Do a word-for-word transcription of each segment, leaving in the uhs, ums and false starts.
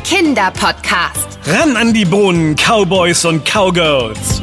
Kinderpodcast. Ran an die Bohnen, Cowboys und Cowgirls.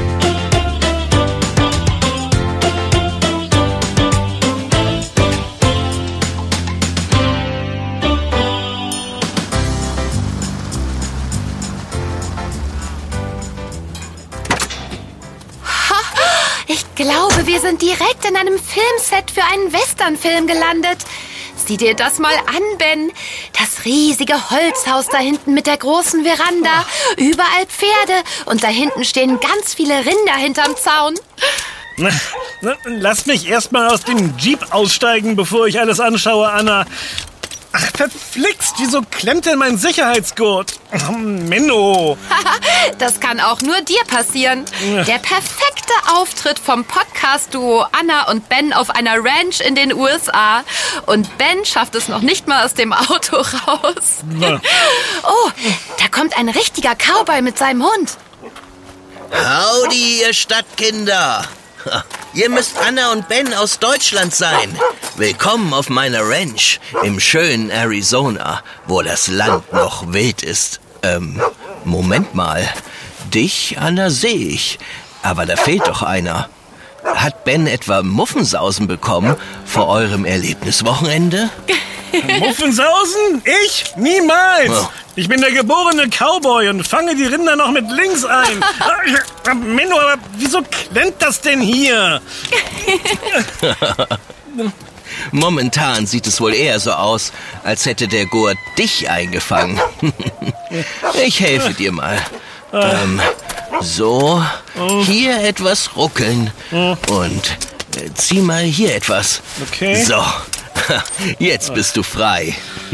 Ich glaube, wir sind direkt in einem Filmset für einen Westernfilm gelandet. Sieh dir das mal an, Ben. Das riesige Holzhaus da hinten mit der großen Veranda. Überall Pferde. Und da hinten stehen ganz viele Rinder hinterm Zaun. Na, na, lass mich erst mal aus dem Jeep aussteigen, bevor ich alles anschaue, Anna. Ach, verflixt, wieso klemmt denn mein Sicherheitsgurt? Oh, Menno. Das kann auch nur dir passieren. Der perfekte Auftritt vom Podcast-Duo Anna und Ben auf einer Ranch in den U S A. Und Ben schafft es noch nicht mal aus dem Auto raus. Na. Oh, da kommt ein richtiger Cowboy mit seinem Hund. Howdy, ihr Stadtkinder. Ihr müsst Anna und Ben aus Deutschland sein. Willkommen auf meiner Ranch im schönen Arizona, wo das Land noch wild ist. Ähm, Moment mal. Dich, Anna, sehe ich. Aber da fehlt doch einer. Hat Ben etwa Muffensausen bekommen vor eurem Erlebniswochenende? Muffensausen? Ich? Niemals! Oh. Ich bin der geborene Cowboy und fange die Rinder noch mit links ein. Menno, aber wieso klemmt das denn hier? Momentan sieht es wohl eher so aus, als hätte der Gurt dich eingefangen. Ich helfe dir mal. Ähm, so, hier etwas ruckeln und äh, zieh mal hier etwas. Okay. So, jetzt bist du frei.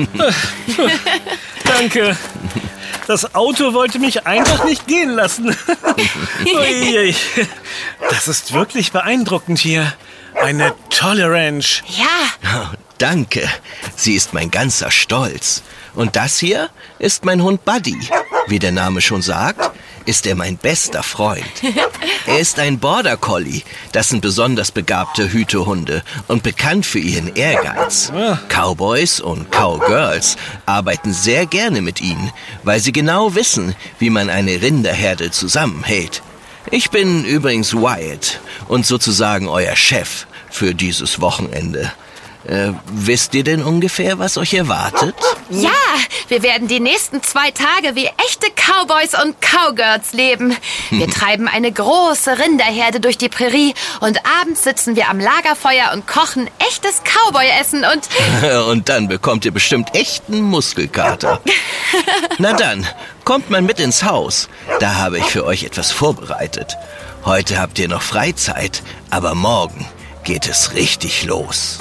Danke. Das Auto wollte mich einfach nicht gehen lassen. Uiui. Das ist wirklich beeindruckend hier. Eine tolle Ranch. Ja, Danke, sie ist mein ganzer Stolz. Und das hier ist mein Hund Buddy. Wie der Name schon sagt, ist er mein bester Freund. Er ist ein Border Collie. Das sind besonders begabte Hütehunde und bekannt für ihren Ehrgeiz. Cowboys und Cowgirls arbeiten sehr gerne mit ihnen, weil sie genau wissen, wie man eine Rinderherde zusammenhält. Ich bin übrigens Wyatt und sozusagen euer Chef für dieses Wochenende. Äh, wisst ihr denn ungefähr, was euch erwartet? ja, wir werden die nächsten zwei Tage wie echte Cowboys und Cowgirls leben. Wir treiben eine große Rinderherde durch die Prärie und abends sitzen wir am Lagerfeuer und kochen echtes Cowboy-Essen und... Und dann bekommt ihr bestimmt echten Muskelkater. Na dann, kommt mal mit ins Haus. Da habe ich für euch etwas vorbereitet. Heute habt ihr noch Freizeit, aber morgen geht es richtig los.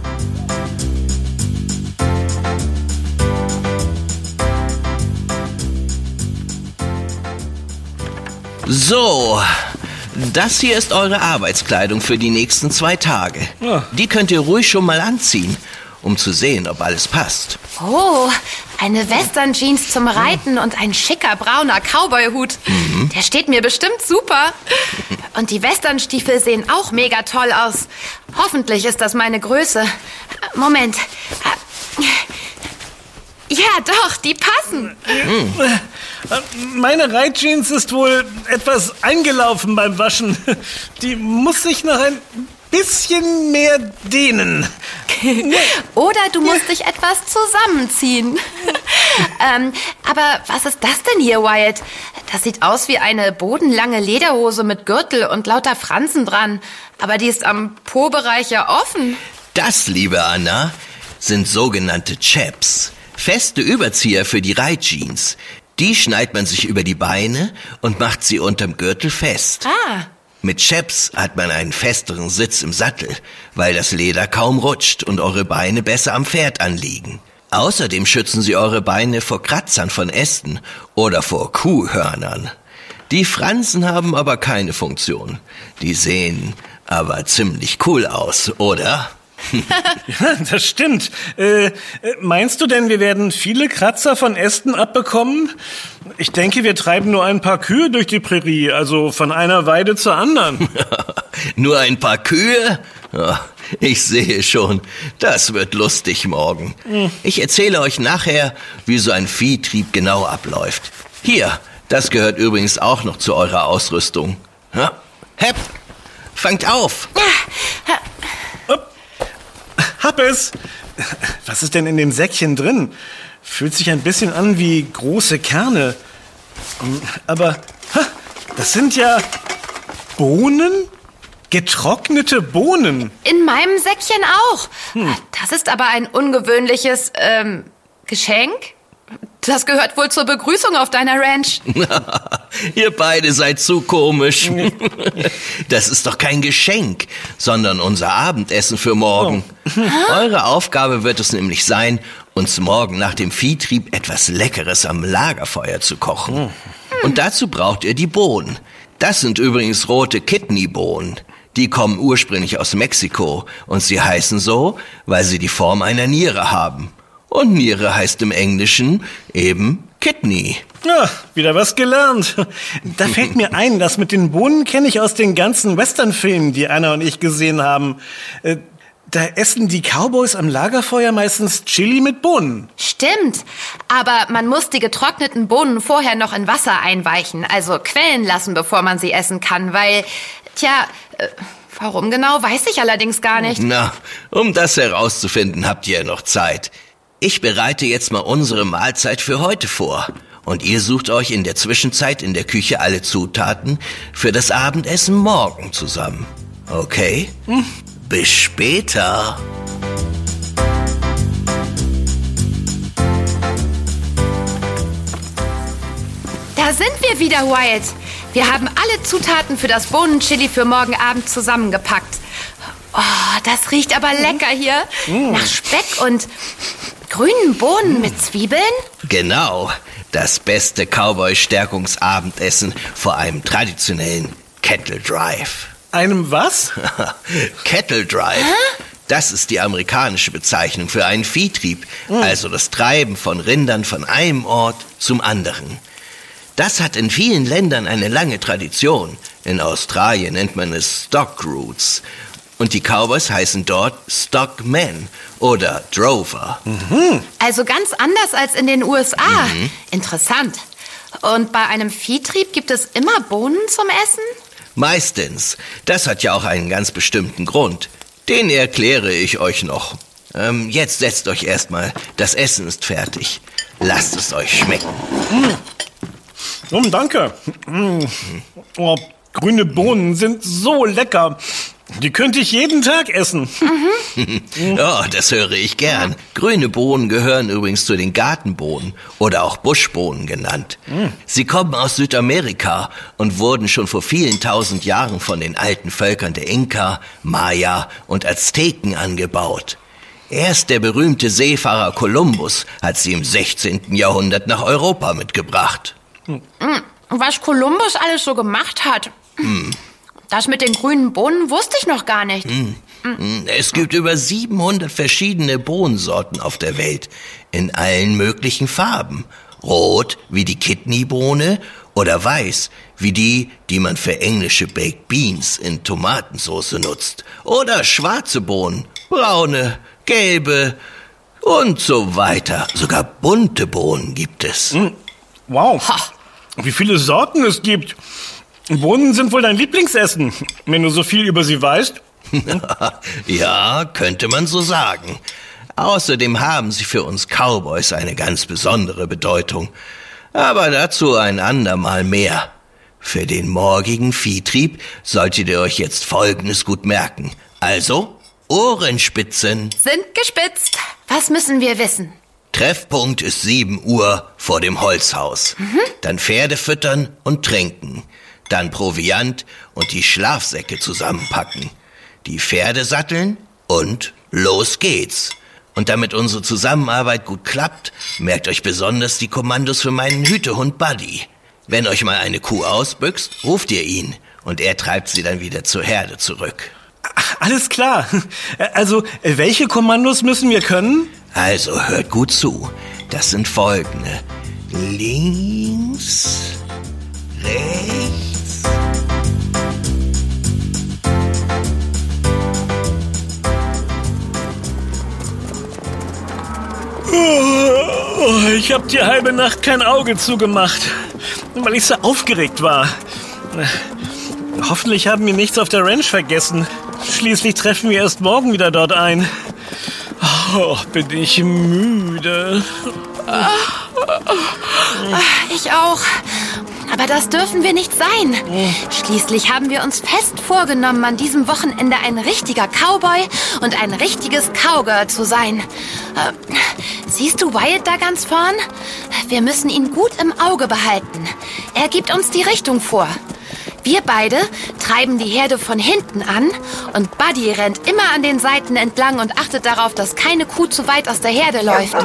So, das hier ist eure Arbeitskleidung für die nächsten zwei Tage. Ja. Die könnt ihr ruhig schon mal anziehen, um zu sehen, ob alles passt. Oh, eine Western-Jeans zum Reiten und ein schicker brauner Cowboy-Hut. Der steht mir bestimmt super. Und die Western-Stiefel sehen auch mega toll aus. Hoffentlich ist das meine Größe. Moment. Ja, doch, die passen. Meine Reitjeans ist wohl etwas eingelaufen beim Waschen. Die muss sich noch ein bisschen mehr dehnen. Oder du musst dich etwas zusammenziehen. ähm, aber was ist das denn hier, Wyatt? Das sieht aus wie eine bodenlange Lederhose mit Gürtel und lauter Fransen dran. Aber die ist am Po-Bereich ja offen. Das, liebe Anna, sind sogenannte Chaps. Feste Überzieher für die Reitjeans. Die schneidet man sich über die Beine und macht sie unterm Gürtel fest. Ah. Mit Chaps hat man einen festeren Sitz im Sattel, weil das Leder kaum rutscht und eure Beine besser am Pferd anliegen. Außerdem schützen sie eure Beine vor Kratzern von Ästen oder vor Kuhhörnern. Die Fransen haben aber keine Funktion. Die sehen aber ziemlich cool aus, oder? Ja, das stimmt. Äh, meinst du denn, wir werden viele Kratzer von Ästen abbekommen? Ich denke, wir treiben nur ein paar Kühe durch die Prärie, also von einer Weide zur anderen. Nur ein paar Kühe? Ja, Ich sehe schon, das wird lustig morgen. Ich erzähle euch nachher, wie so ein Viehtrieb genau abläuft. Hier, das gehört übrigens auch noch zu eurer Ausrüstung. Ja? Hepp, fangt auf! Hab es! Was ist denn in dem Säckchen drin? Fühlt sich ein bisschen an wie große Kerne. Aber das sind ja Bohnen? Getrocknete Bohnen. In meinem Säckchen auch. Hm. Das ist aber ein ungewöhnliches ähm, Geschenk. Das gehört wohl zur Begrüßung auf deiner Ranch. Ihr beide seid zu komisch. Das ist doch kein Geschenk, sondern unser Abendessen für morgen. Oh. Eure Aufgabe wird es nämlich sein, uns morgen nach dem Viehtrieb etwas Leckeres am Lagerfeuer zu kochen. Hm. Und dazu braucht ihr die Bohnen. Das sind übrigens rote Kidneybohnen. Die kommen ursprünglich aus Mexiko und sie heißen so, weil sie die Form einer Niere haben. Und Niere heißt im Englischen eben Kidney. Ja, wieder was gelernt. Da fällt mir ein, das mit den Bohnen kenne ich aus den ganzen Western-Filmen, die Anna und ich gesehen haben. Da essen die Cowboys am Lagerfeuer meistens Chili mit Bohnen. Stimmt, aber man muss die getrockneten Bohnen vorher noch in Wasser einweichen, also quellen lassen, bevor man sie essen kann, weil, tja, äh, warum genau, weiß ich allerdings gar nicht. Na, um das herauszufinden, habt ihr ja noch Zeit. Ich bereite jetzt mal unsere Mahlzeit für heute vor. Und ihr sucht euch in der Zwischenzeit in der Küche alle Zutaten für das Abendessen morgen zusammen. Okay? Hm. Bis später. Da sind wir wieder, Wyatt. Wir haben alle Zutaten für das Bohnenchili für morgen Abend zusammengepackt. Oh, das riecht aber lecker hier. Mm. Nach Speck und grünen Bohnen mm. mit Zwiebeln. Genau. Das beste Cowboy-Stärkungsabendessen vor einem traditionellen Cattle Drive. Einem was? Cattle Drive. Hä? Das ist die amerikanische Bezeichnung für einen Viehtrieb, mm. also das Treiben von Rindern von einem Ort zum anderen. Das hat in vielen Ländern eine lange Tradition. In Australien nennt man es Stock Routes. Und die Cowboys heißen dort Stockmen oder Drover. Mhm. Also ganz anders als in den U S A. Mhm. Interessant. Und bei einem Viehtrieb gibt es immer Bohnen zum Essen? Meistens. Das hat ja auch einen ganz bestimmten Grund. Den erkläre ich euch noch. Ähm, jetzt setzt euch erstmal. Das Essen ist fertig. Lasst es euch schmecken. Mhm. Oh, danke. Oh, grüne Bohnen sind so lecker. Die könnte ich jeden Tag essen. Mhm. Oh, das höre ich gern. Grüne Bohnen gehören übrigens zu den Gartenbohnen oder auch Buschbohnen genannt. Mhm. Sie kommen aus Südamerika und wurden schon vor vielen tausend Jahren von den alten Völkern der Inka, Maya und Azteken angebaut. Erst der berühmte Seefahrer Kolumbus hat sie im sechzehnten Jahrhundert nach Europa mitgebracht. Was Kolumbus alles so gemacht hat. Hm. Das mit den grünen Bohnen wusste ich noch gar nicht. Hm. Hm. Es gibt über siebenhundert verschiedene Bohnensorten auf der Welt. In allen möglichen Farben. Rot wie die Kidneybohne oder weiß wie die, die man für englische Baked Beans in Tomatensauce nutzt. Oder schwarze Bohnen, braune, gelbe und so weiter. Sogar bunte Bohnen gibt es. Hm. Wow, ha. Wie viele Sorten es gibt. Bohnen sind wohl dein Lieblingsessen, wenn du so viel über sie weißt. Ja, könnte man so sagen. Außerdem haben sie für uns Cowboys eine ganz besondere Bedeutung. Aber dazu ein andermal mehr. Für den morgigen Viehtrieb solltet ihr euch jetzt Folgendes gut merken. Also, Ohrenspitzen. Sind gespitzt. Was müssen wir wissen? Treffpunkt ist sieben Uhr vor dem Holzhaus. Mhm. Dann Pferde füttern und tränken. Dann Proviant und die Schlafsäcke zusammenpacken. Die Pferde satteln und los geht's. Und damit unsere Zusammenarbeit gut klappt, merkt euch besonders die Kommandos für meinen Hütehund Buddy. Wenn euch mal eine Kuh ausbüchst, ruft ihr ihn und er treibt sie dann wieder zur Herde zurück. Alles klar. Also, welche Kommandos müssen wir können? Also, hört gut zu. Das sind folgende. Links, rechts, Ich habe die halbe Nacht kein Auge zugemacht, weil ich so aufgeregt war. Hoffentlich haben wir nichts auf der Ranch vergessen. Schließlich treffen wir erst morgen wieder dort ein. Oh, bin ich müde. Ich auch. Aber das dürfen wir nicht sein. Schließlich haben wir uns fest vorgenommen, an diesem Wochenende ein richtiger Cowboy und ein richtiges Cowgirl zu sein. Äh, siehst du Wyatt da ganz vorn? Wir müssen ihn gut im Auge behalten. Er gibt uns die Richtung vor. Wir beide treiben die Herde von hinten an und Buddy rennt immer an den Seiten entlang und achtet darauf, dass keine Kuh zu weit aus der Herde läuft.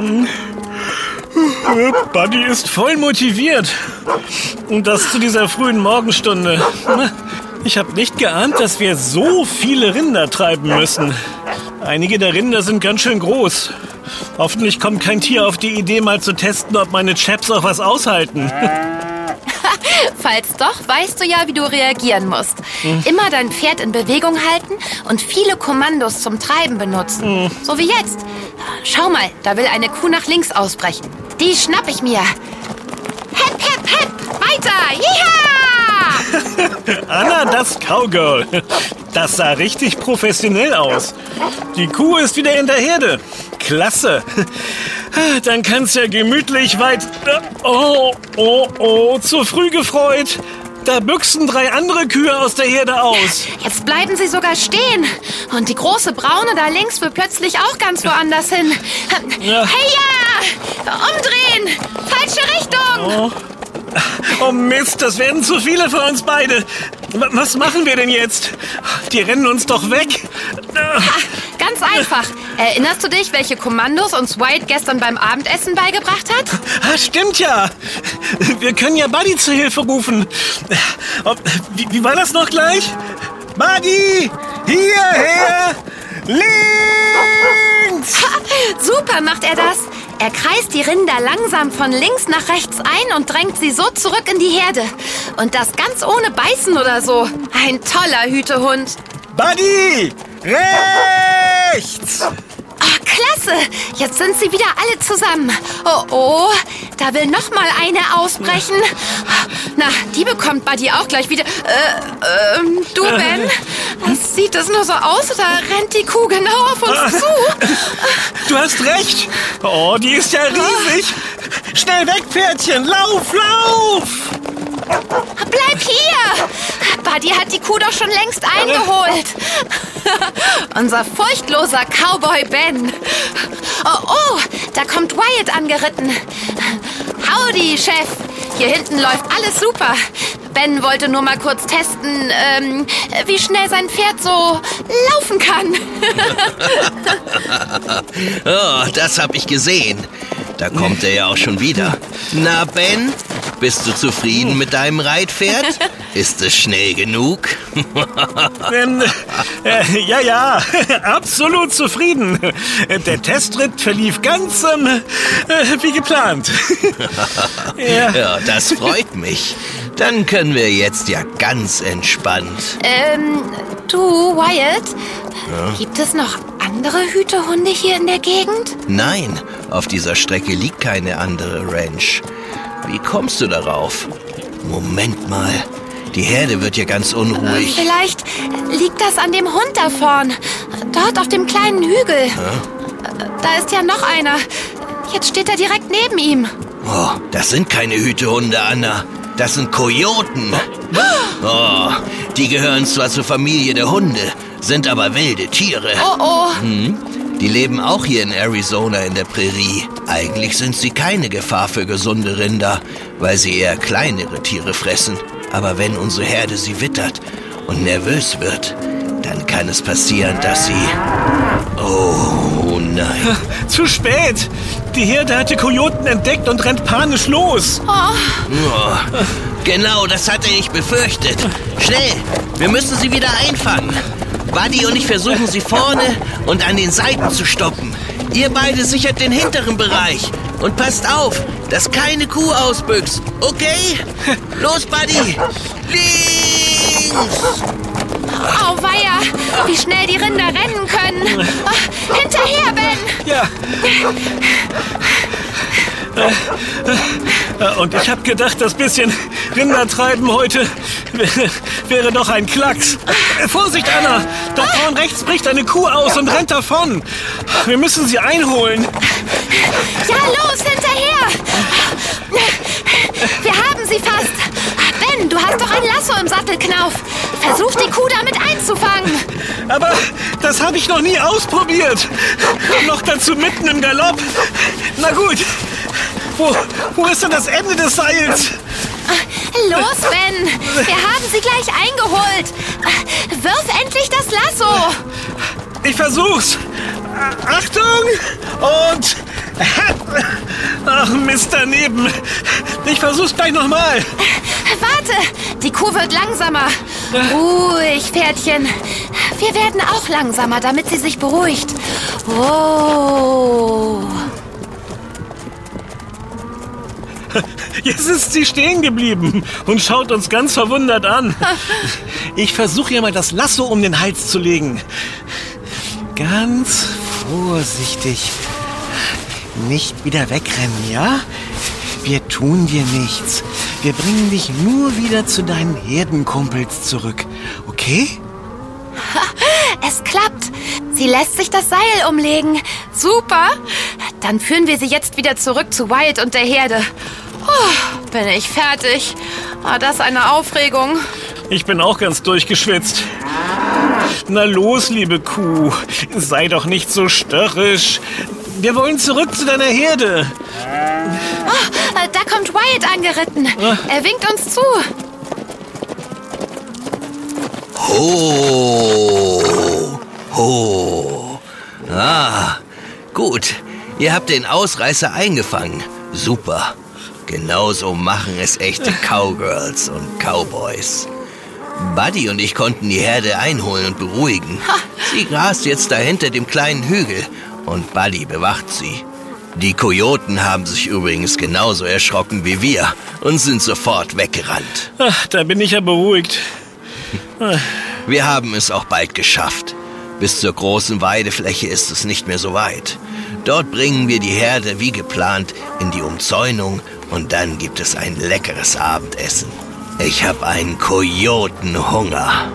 Buddy ist voll motiviert. Und das zu dieser frühen Morgenstunde. Ich habe nicht geahnt, dass wir so viele Rinder treiben müssen. Einige der Rinder sind ganz schön groß. Hoffentlich kommt kein Tier auf die Idee, mal zu testen, ob meine Chaps auch was aushalten. Falls doch, weißt du ja, wie du reagieren musst. Hm. Immer dein Pferd in Bewegung halten und viele Kommandos zum Treiben benutzen. Hm. So wie jetzt. Schau mal, da will eine Kuh nach links ausbrechen. Die schnapp ich mir. Hep, hep, hep! Weiter! Jiha! Anna, das Cowgirl. Das sah richtig professionell aus. Die Kuh ist wieder in der Herde. Klasse. Dann kann's ja gemütlich weit... Oh, oh, oh, zu früh gefreut. Da büchsen drei andere Kühe aus der Herde aus. Jetzt bleiben sie sogar stehen. Und die große Braune da links will plötzlich auch ganz woanders hin. Ja. Hey ja! Umdrehen! Falsche Richtung! Oh. Oh Mist, das werden zu viele für uns beide. Was machen wir denn jetzt? Die rennen uns doch weg. Ha, ganz einfach. Erinnerst du dich, welche Kommandos uns Wyatt gestern beim Abendessen beigebracht hat? Ah, stimmt ja. Wir können ja Buddy zur Hilfe rufen. Wie, wie war das noch gleich? Buddy, hierher, links! Ha, super macht er das. Er kreist die Rinder langsam von links nach rechts ein und drängt sie so zurück in die Herde. Und das ganz ohne Beißen oder so. Ein toller Hütehund. Buddy! Rechts! Oh, klasse! Jetzt sind sie wieder alle zusammen. Oh, oh, da will noch mal eine ausbrechen. Na, die bekommt Buddy auch gleich wieder. Äh, ähm, du, Ben? Das sieht das nur so aus, oder rennt die Kuh genau auf uns zu? Du hast recht. Oh, die ist ja riesig. Schnell weg, Pferdchen. Lauf, lauf! Bleib hier! Buddy hat die Kuh doch schon längst eingeholt. Unser furchtloser Cowboy Ben. Oh, oh, da kommt Wyatt angeritten. Howdy, Chef. Hier hinten läuft alles super. Ben wollte nur mal kurz testen, ähm, wie schnell sein Pferd so laufen kann. Oh, das hab ich gesehen. Da kommt er ja auch schon wieder. Na, Ben, bist du zufrieden mit deinem Reitpferd? Ist es schnell genug? ähm, äh, ja, ja, absolut zufrieden. Der Testritt verlief ganz ähm, äh, wie geplant. ja. ja, das freut mich. Dann können wir jetzt ja ganz entspannt. Ähm, du, Wyatt, ja? Gibt es noch andere Hütehunde hier in der Gegend? Nein, auf dieser Strecke liegt keine andere Ranch. Wie kommst du darauf? Moment mal, die Herde wird ja ganz unruhig. Vielleicht liegt das an dem Hund da vorn, dort auf dem kleinen Hügel. Ja? Da ist ja noch einer. Jetzt steht er direkt neben ihm. Oh, das sind keine Hütehunde, Anna. Das sind Kojoten. Oh, die gehören zwar zur Familie der Hunde, sind aber wilde Tiere. Oh, oh. Hm, die leben auch hier in Arizona in der Prärie. Eigentlich sind sie keine Gefahr für gesunde Rinder, weil sie eher kleinere Tiere fressen. Aber wenn unsere Herde sie wittert und nervös wird, dann kann es passieren, dass sie... Oh nein. Zu spät. Die Herde hat die Kojoten entdeckt und rennt panisch los. Oh. Oh, genau, das hatte ich befürchtet. Schnell, wir müssen sie wieder einfangen. Buddy und ich versuchen sie vorne und an den Seiten zu stoppen. Ihr beide sichert den hinteren Bereich. Und passt auf, dass keine Kuh ausbüchst. Okay? Los, Buddy. Links. Auweia, wie schnell die Rinder rennen können. Oh, hinterher, Ben. Ja. Und ich habe gedacht, das bisschen Rindertreiben heute wäre, wäre doch ein Klacks. Vorsicht, Anna! Dort vorn rechts bricht eine Kuh aus und rennt davon. Wir müssen sie einholen. Ja, los, hinterher! Wir haben sie fast. Ben, du hast doch ein Lasso im Sattelknauf. Versuch, die Kuh damit einzufangen. Aber das habe ich noch nie ausprobiert. Noch dazu mitten im Galopp. Na gut. Wo, wo ist denn das Ende des Seils? Los, Ben. Wir haben sie gleich eingeholt. Wirf endlich das Lasso. Ich versuch's. Achtung! Und... Ach, Mist, daneben. Ich versuch's gleich nochmal. Warte, die Kuh wird langsamer. Ruhig, Pferdchen. Wir werden auch langsamer, damit sie sich beruhigt. Oh. Jetzt ist sie stehen geblieben und schaut uns ganz verwundert an. Ich versuche ihr mal das Lasso um den Hals zu legen. Ganz vorsichtig. Nicht wieder wegrennen, ja? Wir tun dir nichts. Wir bringen dich nur wieder zu deinen Herdenkumpels zurück. Okay? Es klappt. Sie lässt sich das Seil umlegen. Super. Dann führen wir sie jetzt wieder zurück zu Wyatt und der Herde. Oh, bin ich fertig. War das eine Aufregung? Ich bin auch ganz durchgeschwitzt. Na los, liebe Kuh. Sei doch nicht so störrisch. Wir wollen zurück zu deiner Herde. Oh, da kommt Wyatt angeritten. Er winkt uns zu. Ho, ho. Ah, gut. Ihr habt den Ausreißer eingefangen. Super. Genauso machen es echte Cowgirls und Cowboys. Buddy und ich konnten die Herde einholen und beruhigen. Sie grast jetzt da hinter dem kleinen Hügel und Buddy bewacht sie. Die Kojoten haben sich übrigens genauso erschrocken wie wir und sind sofort weggerannt. Ach, da bin ich ja beruhigt. Wir haben es auch bald geschafft. Bis zur großen Weidefläche ist es nicht mehr so weit. Dort bringen wir die Herde wie geplant in die Umzäunung und dann gibt es ein leckeres Abendessen. Ich habe einen Kojotenhunger.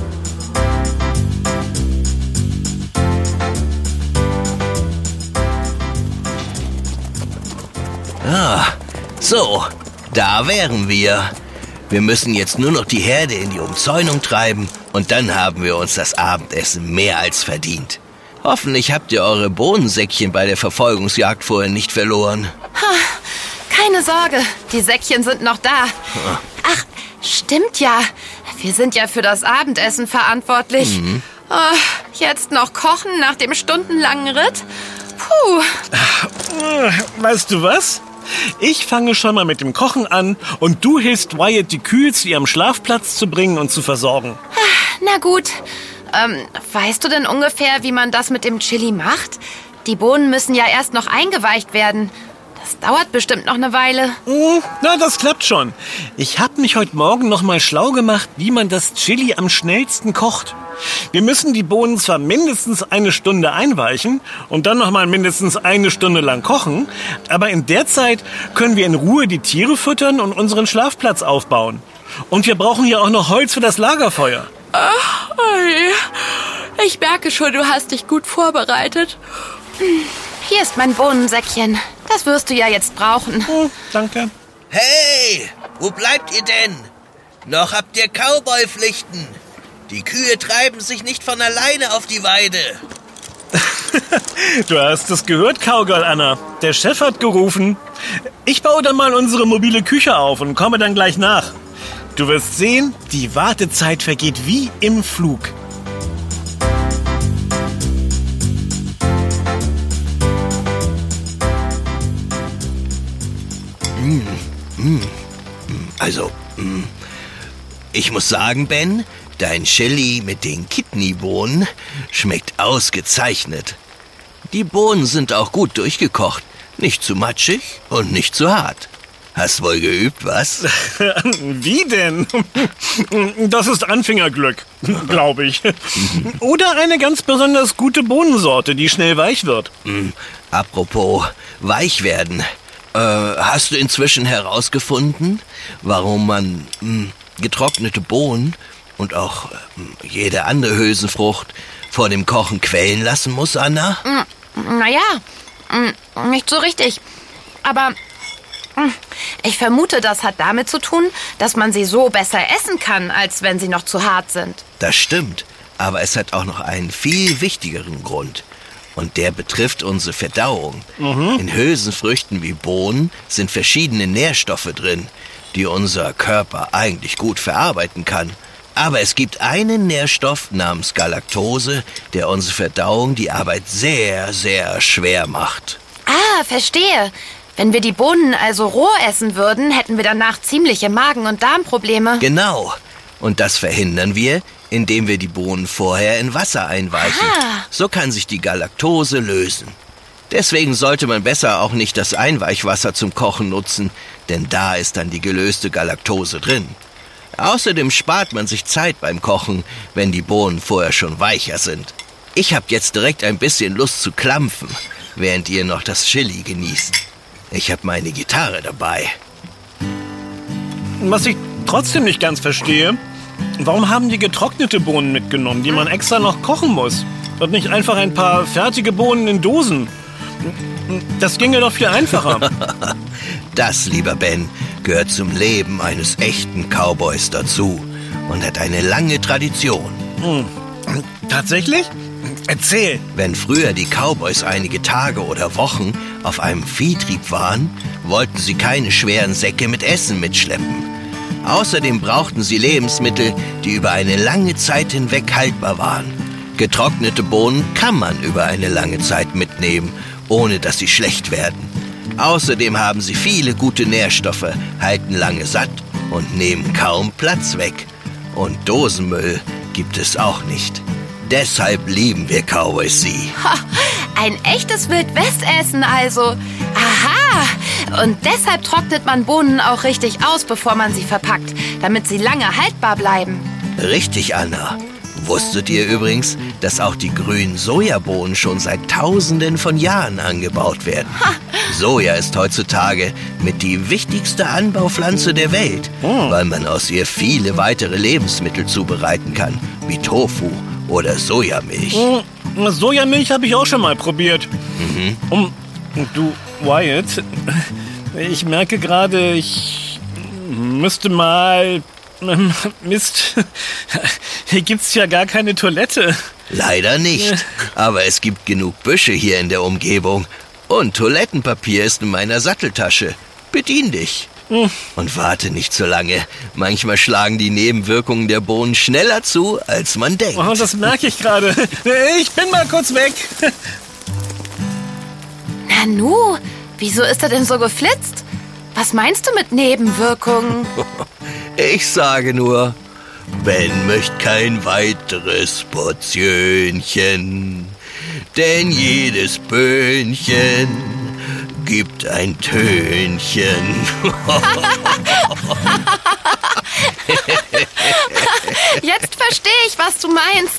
Ah, so, da wären wir. Wir müssen jetzt nur noch die Herde in die Umzäunung treiben und dann haben wir uns das Abendessen mehr als verdient. Hoffentlich habt ihr eure Bohnensäckchen bei der Verfolgungsjagd vorhin nicht verloren. Keine Sorge, die Säckchen sind noch da. Ach, stimmt ja. Wir sind ja für das Abendessen verantwortlich. Mhm. Oh, jetzt noch kochen nach dem stundenlangen Ritt? Puh. Weißt du was? Ich fange schon mal mit dem Kochen an und du hilfst Wyatt, die Kühe zu ihrem Schlafplatz zu bringen und zu versorgen. Na gut. Ähm, weißt du denn ungefähr, wie man das mit dem Chili macht? Die Bohnen müssen ja erst noch eingeweicht werden. Das dauert bestimmt noch eine Weile. Mm, na, das klappt schon. Ich habe mich heute Morgen noch mal schlau gemacht, wie man das Chili am schnellsten kocht. Wir müssen die Bohnen zwar mindestens eine Stunde einweichen und dann noch mal mindestens eine Stunde lang kochen, aber in der Zeit können wir in Ruhe die Tiere füttern und unseren Schlafplatz aufbauen. Und wir brauchen ja auch noch Holz für das Lagerfeuer. Ach, ich merke schon, du hast dich gut vorbereitet. Hier ist mein Bohnensäckchen. Das wirst du ja jetzt brauchen. Oh, danke. Hey, wo bleibt ihr denn? Noch habt ihr Cowboy-Pflichten. Die Kühe treiben sich nicht von alleine auf die Weide. Du hast es gehört, Cowgirl Anna. Der Chef hat gerufen. Ich baue dann mal unsere mobile Küche auf und komme dann gleich nach. Du wirst sehen, die Wartezeit vergeht wie im Flug. Mm, mm, also, mm. ich muss sagen, Ben, dein Chili mit den Kidneybohnen schmeckt ausgezeichnet. Die Bohnen sind auch gut durchgekocht, nicht zu matschig und nicht zu hart. Hast wohl geübt, was? Wie denn? Das ist Anfängerglück, glaube ich. Oder eine ganz besonders gute Bohnensorte, die schnell weich wird. Mm, apropos weich werden. Äh, hast du inzwischen herausgefunden, warum man mh, getrocknete Bohnen und auch mh, jede andere Hülsenfrucht vor dem Kochen quellen lassen muss, Anna? Mm, naja, mm, nicht so richtig. Aber mm, ich vermute, das hat damit zu tun, dass man sie so besser essen kann, als wenn sie noch zu hart sind. Das stimmt, aber es hat auch noch einen viel wichtigeren Grund. Und der betrifft unsere Verdauung. Mhm. In Hülsenfrüchten wie Bohnen sind verschiedene Nährstoffe drin, die unser Körper eigentlich gut verarbeiten kann. Aber es gibt einen Nährstoff namens Galaktose, der unsere Verdauung die Arbeit sehr, sehr schwer macht. Ah, verstehe. Wenn wir die Bohnen also roh essen würden, hätten wir danach ziemliche Magen- und Darmprobleme. Genau. Und das verhindern wir, indem wir die Bohnen vorher in Wasser einweichen. Ah. So kann sich die Galaktose lösen. Deswegen sollte man besser auch nicht das Einweichwasser zum Kochen nutzen, denn da ist dann die gelöste Galaktose drin. Außerdem spart man sich Zeit beim Kochen, wenn die Bohnen vorher schon weicher sind. Ich habe jetzt direkt ein bisschen Lust zu klampfen, während ihr noch das Chili genießt. Ich habe meine Gitarre dabei. Was ich trotzdem nicht ganz verstehe, warum haben die getrocknete Bohnen mitgenommen, die man extra noch kochen muss? Und nicht einfach ein paar fertige Bohnen in Dosen? Das ginge doch viel einfacher. Das, lieber Ben, gehört zum Leben eines echten Cowboys dazu und hat eine lange Tradition. Hm. Tatsächlich? Erzähl. Wenn früher die Cowboys einige Tage oder Wochen auf einem Viehtrieb waren, wollten sie keine schweren Säcke mit Essen mitschleppen. Außerdem brauchten sie Lebensmittel, die über eine lange Zeit hinweg haltbar waren. Getrocknete Bohnen kann man über eine lange Zeit mitnehmen, ohne dass sie schlecht werden. Außerdem haben sie viele gute Nährstoffe, halten lange satt und nehmen kaum Platz weg. Und Dosenmüll gibt es auch nicht. Deshalb lieben wir Cowboys sie. Ha, ein echtes Wildwestessen also. Aha! Und deshalb trocknet man Bohnen auch richtig aus, bevor man sie verpackt, damit sie lange haltbar bleiben. Richtig, Anna. Wusstet ihr übrigens, dass auch die grünen Sojabohnen schon seit Tausenden von Jahren angebaut werden? Ha. Soja ist heutzutage mit die wichtigste Anbaupflanze der Welt, oh. weil man aus ihr viele weitere Lebensmittel zubereiten kann, wie Tofu oder Sojamilch. Oh, Sojamilch habe ich auch schon mal probiert. Mhm. Um, du, Wyatt, ich merke gerade, ich müsste mal... Mist, hier gibt's ja gar keine Toilette. Leider nicht, aber es gibt genug Büsche hier in der Umgebung. Und Toilettenpapier ist in meiner Satteltasche. Bedien dich. Hm. Und warte nicht so lange. Manchmal schlagen die Nebenwirkungen der Bohnen schneller zu, als man denkt. Oh, das merke ich gerade. Ich bin mal kurz weg. Nanu, wieso ist er denn so geflitzt? Was meinst du mit Nebenwirkungen? Ich sage nur, Ben möchte kein weiteres Portionchen, denn jedes Böhnchen gibt ein Tönchen. Jetzt verstehe ich, was du meinst.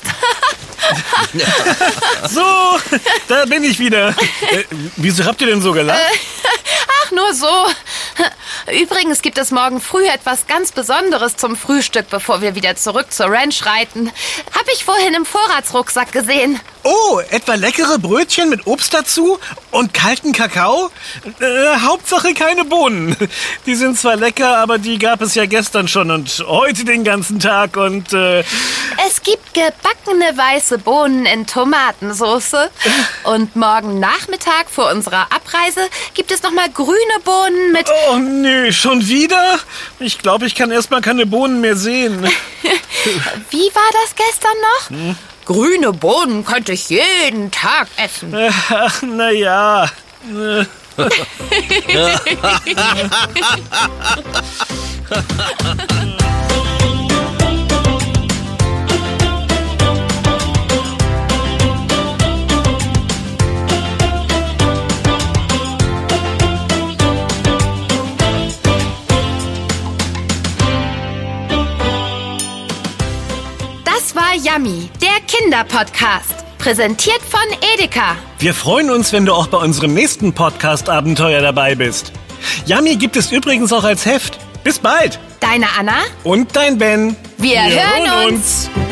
So, da bin ich wieder. Äh, wieso habt ihr denn so gelacht? Ach, nur so. Übrigens gibt es morgen früh etwas ganz Besonderes zum Frühstück, bevor wir wieder zurück zur Ranch reiten. Hab ich vorhin im Vorratsrucksack gesehen. Oh, etwa leckere Brötchen mit Obst dazu und kalten Kakao? Äh, Hauptsache keine Bohnen. Die sind zwar lecker, aber die gab es ja gestern schon und heute den ganzen Tag und... Äh Es gibt gebackene weiße Bohnen in Tomatensauce. Und morgen Nachmittag vor unserer Abreise gibt es nochmal grüne Bohnen mit... Oh nee, schon wieder? Ich glaube, ich kann erstmal keine Bohnen mehr sehen. Wie war das gestern noch? Hm? Grüne Bohnen könnte ich jeden Tag essen. Ach, na ja. Das war Yummy, der Kinderpodcast. Präsentiert von Edeka. Wir freuen uns, wenn du auch bei unserem nächsten Podcast-Abenteuer dabei bist. Yummy gibt es übrigens auch als Heft. Bis bald. Deine Anna? Und dein Ben. Wir, Wir hören uns. uns.